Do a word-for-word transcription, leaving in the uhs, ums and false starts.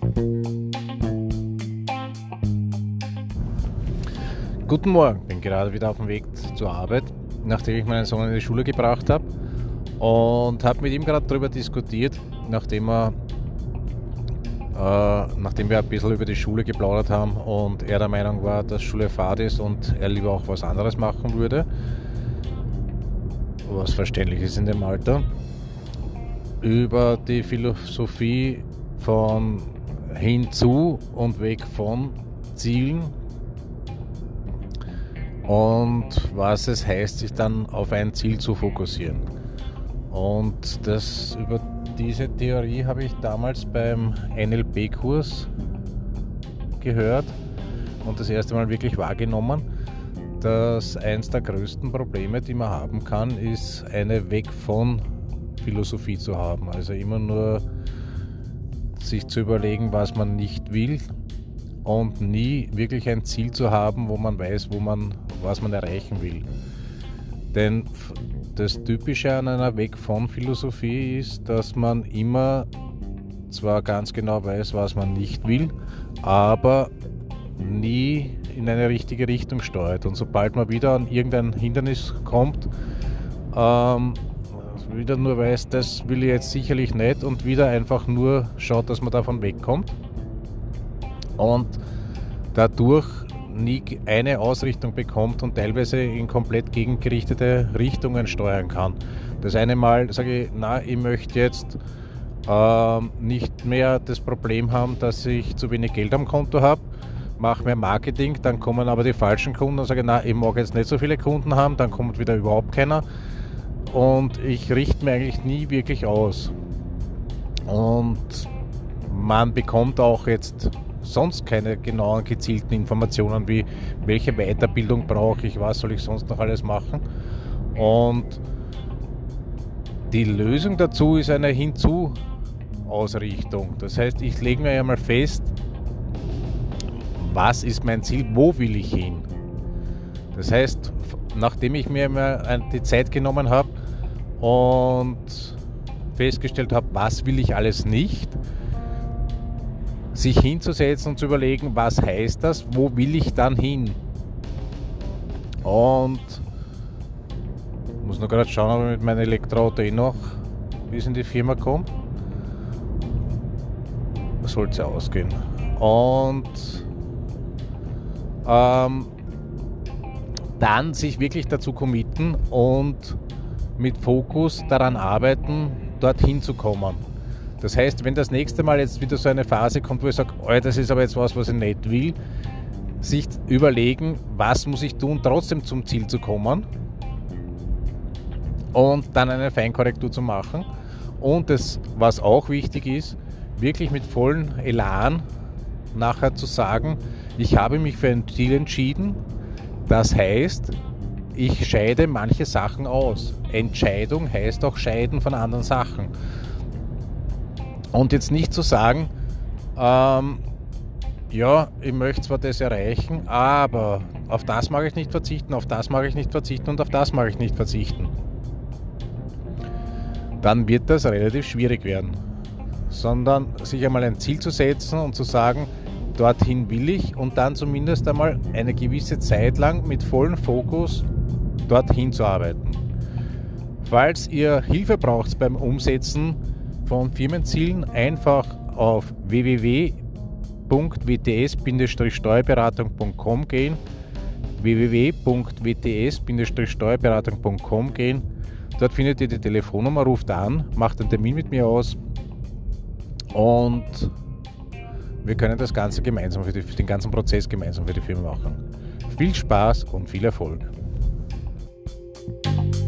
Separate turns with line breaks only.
Guten Morgen, bin gerade wieder auf dem Weg zur Arbeit, nachdem ich meinen Sohn in die Schule gebracht habe und habe mit ihm gerade darüber diskutiert, nachdem, er, äh, nachdem wir ein bisschen über die Schule geplaudert haben und er der Meinung war, dass Schule fad ist und er lieber auch was anderes machen würde, was verständlich ist in dem Alter, über die Philosophie von hinzu und weg von Zielen und was es heißt, sich dann auf ein Ziel zu fokussieren. Und das, über diese Theorie habe ich damals beim N L P-Kurs gehört und das erste Mal wirklich wahrgenommen, dass eins der größten Probleme, die man haben kann, ist, eine Weg von Philosophie zu haben. Also immer nur sich zu überlegen, was man nicht will und nie wirklich ein Ziel zu haben, wo man weiß, wo man, was man erreichen will. Denn das Typische an einer Weg von Philosophie ist, dass man immer zwar ganz genau weiß, was man nicht will, aber nie in eine richtige Richtung steuert. Und sobald man wieder an irgendein Hindernis kommt, ähm, wieder nur weiß, das will ich jetzt sicherlich nicht und wieder einfach nur schaut, dass man davon wegkommt und dadurch nie eine Ausrichtung bekommt und teilweise in komplett gegengerichtete Richtungen steuern kann. Das eine Mal sage ich, na, ich möchte jetzt ähm, nicht mehr das Problem haben, dass ich zu wenig Geld am Konto habe, mache mehr Marketing, dann kommen aber die falschen Kunden und sage, na, ich mag jetzt nicht so viele Kunden haben, dann kommt wieder überhaupt keiner. Und ich richte mir eigentlich nie wirklich aus. Und man bekommt auch jetzt sonst keine genauen, gezielten Informationen, wie welche Weiterbildung brauche ich, was soll ich sonst noch alles machen. Und die Lösung dazu ist eine Hinzu-Ausrichtung. Das heißt, ich lege mir einmal fest, was ist mein Ziel, wo will ich hin. Das heißt, nachdem ich mir mal die Zeit genommen habe und festgestellt habe, was will ich alles nicht, sich hinzusetzen und zu überlegen, was heißt das, wo will ich dann hin. Und ich muss noch gerade schauen, ob ich mit meinem Elektroauto eh noch bis in die Firma komme. Sollte ja ausgehen. Und ähm, dann sich wirklich dazu committen und mit Fokus daran arbeiten, dorthin zu kommen. Das heißt, wenn das nächste Mal jetzt wieder so eine Phase kommt, wo ich sage, oh, das ist aber jetzt was, was ich nicht will, sich überlegen, was muss ich tun, trotzdem zum Ziel zu kommen und dann eine Feinkorrektur zu machen. Und das, was auch wichtig ist, wirklich mit vollem Elan nachher zu sagen, ich habe mich für ein Ziel entschieden. Das heißt, ich scheide manche Sachen aus. Entscheidung heißt auch Scheiden von anderen Sachen. Und jetzt nicht zu sagen, ähm, ja, ich möchte zwar das erreichen, aber auf das mag ich nicht verzichten, auf das mag ich nicht verzichten und auf das mag ich nicht verzichten. Dann wird das relativ schwierig werden. Sondern sich einmal ein Ziel zu setzen und zu sagen, dorthin will ich und dann zumindest einmal eine gewisse Zeit lang mit vollem Fokus dorthin zu arbeiten. Falls ihr Hilfe braucht beim Umsetzen von Firmenzielen, einfach auf w w w punkt w t s steuerberatung punkt com gehen, w w w punkt w t s steuerberatung punkt com gehen. Dort findet ihr die Telefonnummer, ruft an, macht einen Termin mit mir aus und wir können das Ganze gemeinsam für, die, für den ganzen Prozess gemeinsam für die Firma machen. Viel Spaß und viel Erfolg!